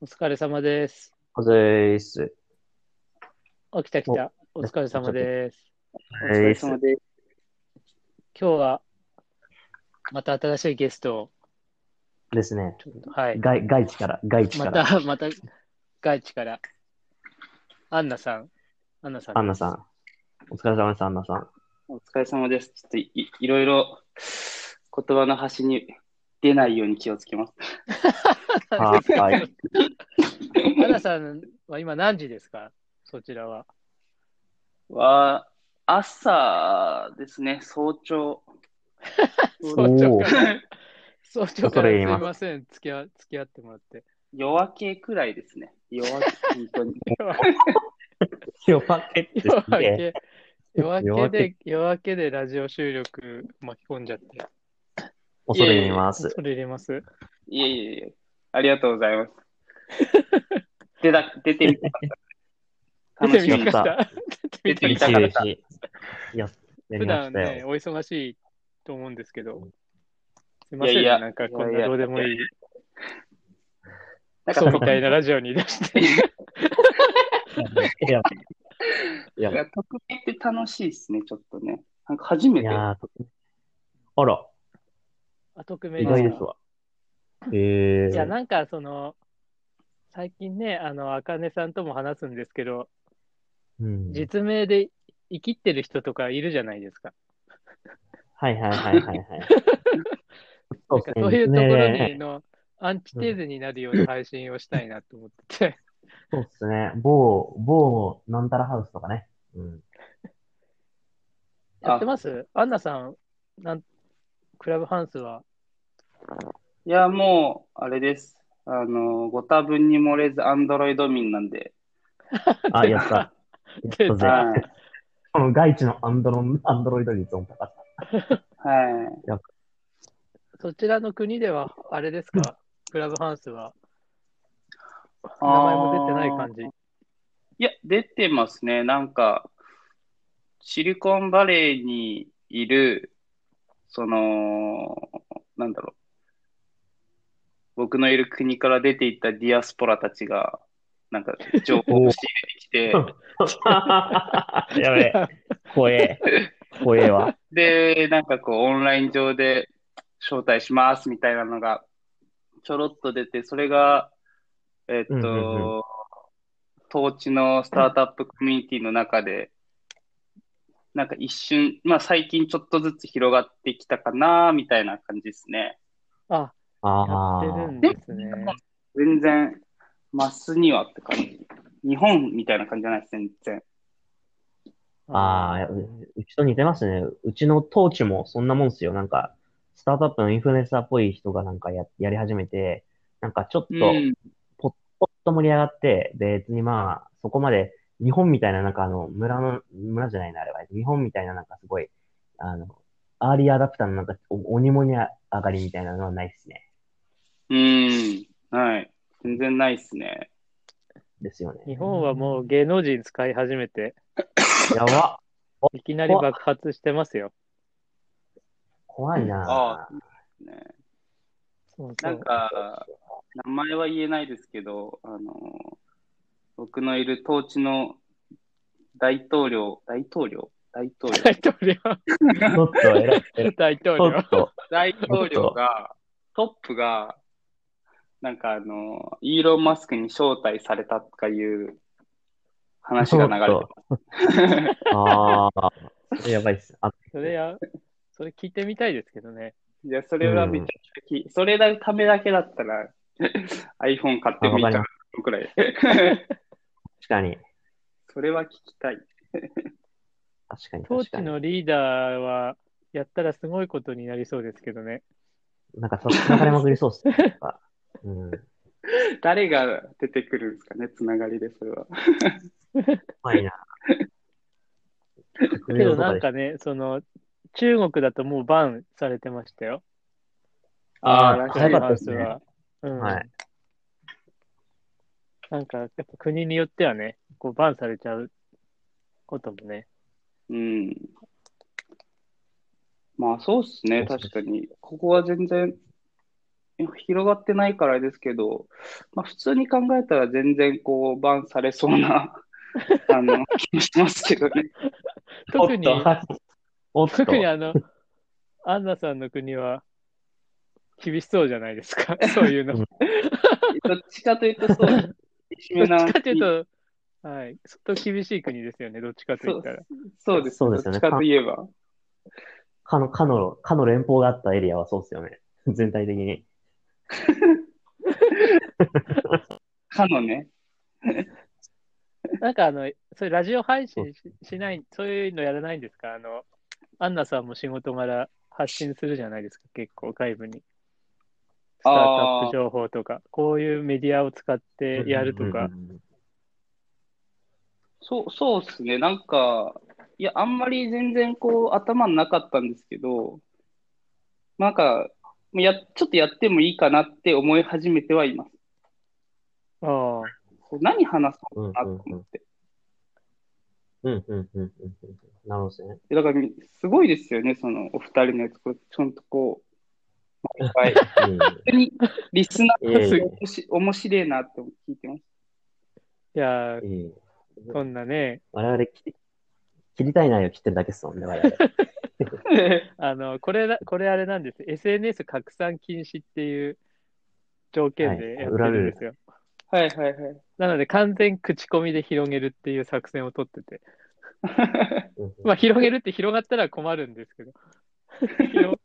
お疲れ様です。 はずーす。 起きた来お、 た。お疲れ様ちょっと、 です。 お疲です。 れ様です。 今日はまた新しいゲストを、 ですね。 はい。また、外地から、アンナさん、アンナさんです。 アンナさん。お疲れ様です、アンナさん。 お疲れ様です。ちょっといろいろ言葉の端に出ないように気をつけます。 何ですか、 はーい。 アンナさんは今何時ですか、そちらは。 は、朝ですね、早朝。早早朝おー、 から、早朝か恐れらす入ります。 いません。付き合ってもらって。 夜明けくらいですね。夜明け、本当に。 夜明けって夜すげえ。 明け、 夜明け、 夜明けでラジオ収録巻き込んじゃって、 恐れ入りいえいえ、 ます。 恐れ入れます。 いえいえいえ、ありがとうございます。出てみたかった。 出て楽しみにしみたかった。 やった。 出てみ出てみたかった。 嬉しいたかった。 嬉しい。や普りまし段ね、 たよ。 お忙しいと思うんですけど、すいませんね。 いやいや、 なんかいやいや、 こんなどうでもいい、クなんかソみたいなラジオに出して。 やばい、やばい、やばい。 匿名って楽しいですね、ちょっとね。なんか初めて。 いやあら、 あ、匿名意ですか。 外ですわ。えいや、 ー、 なんか最近ね、あかねさんとも話すんですけど、 うん。 実名で生きってる人とかいるじゃないですか。 はいはいはいはいはい。そうですね、 なんかそういう実名ところで、 にのアンチうん、 テーゼになるような配信をしたいなと思ってて。 そうですね、なんたらハウスとかね。うん。 やってあ、 ますアンナさん、クラブハウスは。 いや、もう、あれです。ご多分に漏れず、アンドロイド民なんで。 あ、やった。 出た。 やっ出たぜ。 た。 はい。 この外地のアンドロイド率も高かった。 はい。 やっそちらの国では、あれですか、クラブハウスは、名前も出てない感じ。 いや、出てますね。なんか、シリコンバレーにいる、その、なんだろう。僕のいる国から出ていったディアスポラたちが、なんか、情報をおお。 仕入れてきて、 やべえ。怖え。怖えわ。 で、なんかこう、オンライン上で招待しますみたいなのがちょろっと出て、それが、えっうん、うん、うん。 と、当地のスタートアップコミュニティの中で、なんか一瞬、まあ最近ちょっとずつ広がってきたかな、みたいな感じですね。 あ、やってるああ。 んででも、 すね。 全然、マスにはって感じ。日本みたいな感じじゃないです、全然。 ああ、 あうちと似てますね。うちの当地もそんなもんっすよ。なんか、スタートアップのインフルエンサーっぽい人がなんかやり始めて、なんかちょっと、 うん。 ポッと盛り上がって、で、別にまあ、そこまで、日本みたいななんか村じゃないな、あれは。日本みたいななんかすごい、あの、アーリーアダプターのなんか鬼盛り上がりみたいなのはないっすね。 うん。はい。全然ないっすね。 ですよね。 日本はもう芸能人使い始めて、 やば。お、 いきなり怖っ、 爆発してますよ。 怖いああ、 なそうですね。なんそうそか、名前は言えないですけど、僕のいる統治の大統う。 領、 大統領、 ちょっと大統領。 ちょっと、 大統領ちょっと、 が、トップが、なんかイーロン・マスクに招待されたとかいうち話が流れてょっと、 ます。 ああ、それやばいっす。あ、 それや、それ聞いてみたいですけどね。 いや、そうれはめちゃん。 くちゃそれのためだけだったら iPhone 買ってあ、 もいいかな、 わかります。 くらい。 確かに。 それは聞きたい。 確かに、 当確かに。 地のリーダーは、やったらすごいことになりそうですけどね。 なんか繋がれまくりそうっすね。なんかうん。 誰が出てくるんですかね、つながりで、それは。 怖いな。副けど業とかでしなんかね、中国だともうバンされてましたよ。 ああ、 ああ、早かっクラブハたですね。 ウスは。うはい。 ん。なんか、やっぱ国によってはね、こうバンされちゃうこともね。 うん。まあ、そうっすね、 そうそうそ確かに。ここは全然、 広がってないからあれですけど、まあ、普通に考えたら全然こう、バンされそうな、気もしますけどね。 特に、 おっと、 アンナさんの国は厳しそうじゃないですか。そういうの。 うんどっちかというとそう、厳しめなどっちかという国、 と、はい、相当厳しい国ですよね。どっちかとそう、 言ったら。 そうですね。 そうですよね。 どっちかといえば。 かの連邦があったエリアはそうですよね。全体的に。 かのね。 なんかそういうラジオ配そう信しない、そういうのやらないんですか？アンナさんも仕事柄発信するじゃないですか、結構外部に。スタートアップああ、 情報とか、こういうメディアを使ってうんうんうんうやるとか。 んそうですね。なんか、いや、あんまり全然こう、頭になかったんですけど、なんか、ちょっとやってもいいかなって思い始めてはいます。 ああ、 こう何話そうんうかなうんうんと思って。 うんうんうんうんうん。なるほどですね。 だから、すごいですよね、その、お二人のやつ、こうちゃんとこう、毎回、 いえい普通にリスナえ、いえいーとして面白いなって聞いてます。 いやー、 え、いえいえ。 そんなね、 我々切りたい内容切ってるだけですもんね、我々。 これあれなんです。SNS 拡散禁止っていう条はい。 件でやっ裏ルール。 てるんですよ。 はいはいはい。 なので、完全口コミで広げるっていう作戦を取ってて。 うんうんまあ、広げるって広がったら困るんですけど。広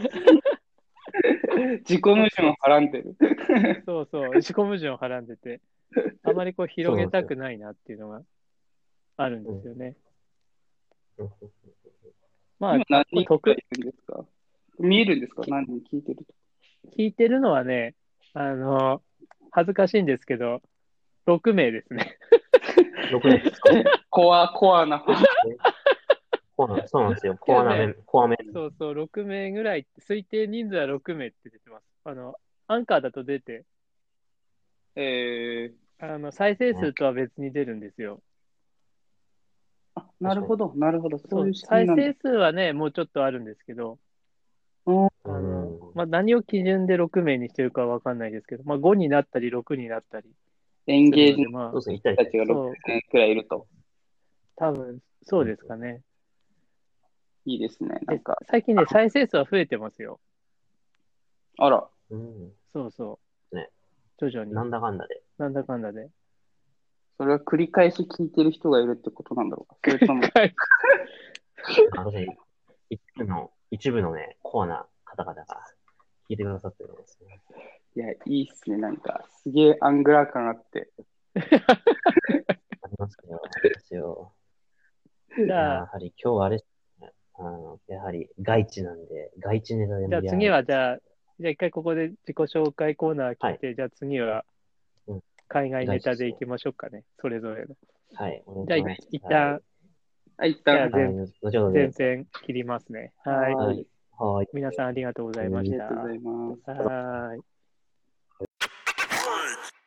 自己矛盾をはらんでる。 そうそう、自己矛盾をはらんでて、あまりこう広げそうなんですよ。 たくないなっていうのがあるんうんですよね。 うんまあ、 今何人くらいこういるんですか？見えるんですか？何人聞いてると。 聞いてるのはね、恥ずかしいんですけど、6名ですね。 6名ですか？ コアなファン。 そうなんですよ。 けどね、 コアメ。 そうそう、6名ぐらい、推定人数は6名って出てます。アンカーだと出て、 え再生ね。 数とは別に出るんですよ。 な確かに。 るほど、なるほど。そういうそう、 仕組みなんだ。 再生数はね、もうちょっとあるんですけど、 うんうん。 まあ、何を基準で6名にしてるかはわかんないですけど、まあ、5になったり6になったりエンゲージのするので、まあ、 そうですね。行ったり来たり。 人たちが6 そう、 名くらいいると。 多分そううんですかね。 いいですね。なんで、 か、 最近ね、再生数は増えてますよ。 あら、 うん。 そうそね。 う、徐々に。 なんだかんだで。 なんだかんだで。 それは繰り返し聞いてる人がいるってことなんだろうか。それとも、 確かに、一部のね、コアな方々が聞いてくださってるんですね。 いや、いいっすね。なんか、すげえアングラー感あって。 ありますよ。ありますよ。いや、 じゃあ、 やはり今日はあれですね。やはり外地なんで、外地ネタでじゃあ盛り上がる。 次は、じゃあ一回ここで自己紹介コーナーはい。 来て、じゃあ次はうん。 海外ネ外地ですね。 タでいきましょうかね。それぞれの。 はい。おじゃあ願いします。 一旦、 はい、一旦、 じゃあはい。後ほどで。 前編切りますね。はい。 はーい。 はい。はい。 皆さんありがとうございまありした。 がとうございます。 はーい。